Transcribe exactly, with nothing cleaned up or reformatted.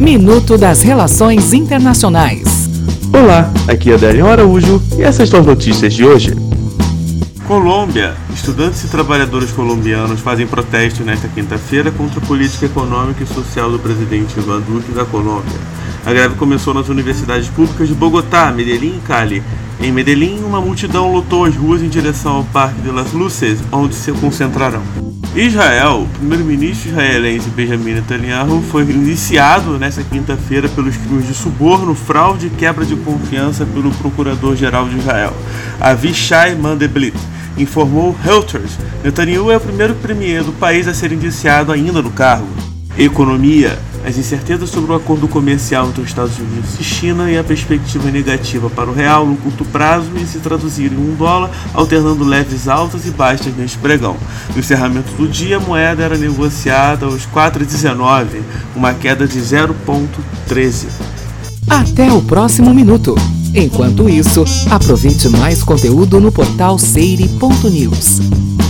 Minuto das Relações Internacionais. Olá, aqui é Adélio Araújo e essas são as notícias de hoje. Colômbia. Estudantes e trabalhadores colombianos fazem protestos nesta quinta-feira contra a política econômica e social do presidente Iván Duque da Colômbia. A greve começou nas universidades públicas de Bogotá, Medellín e Cali. Em Medellín, uma multidão lotou as ruas em direção ao Parque de las Luces, onde se concentrarão. Israel. O primeiro-ministro israelense Benjamin Netanyahu foi indiciado nesta quinta-feira pelos crimes de suborno, fraude e quebra de confiança pelo procurador-geral de Israel, Avishai Mandelblit, informou Reuters. Netanyahu é o primeiro premier do país a ser indiciado ainda no cargo. Economia. As incertezas sobre o acordo comercial entre os Estados Unidos e China e a perspectiva negativa para o real no curto prazo e se traduzir em um dólar, alternando leves altas e baixas neste pregão. No encerramento do dia, a moeda era negociada aos quatro reais e dezenove centavos, uma queda de zero vírgula treze. Até o próximo minuto. Enquanto isso, aproveite mais conteúdo no portal seire ponto news.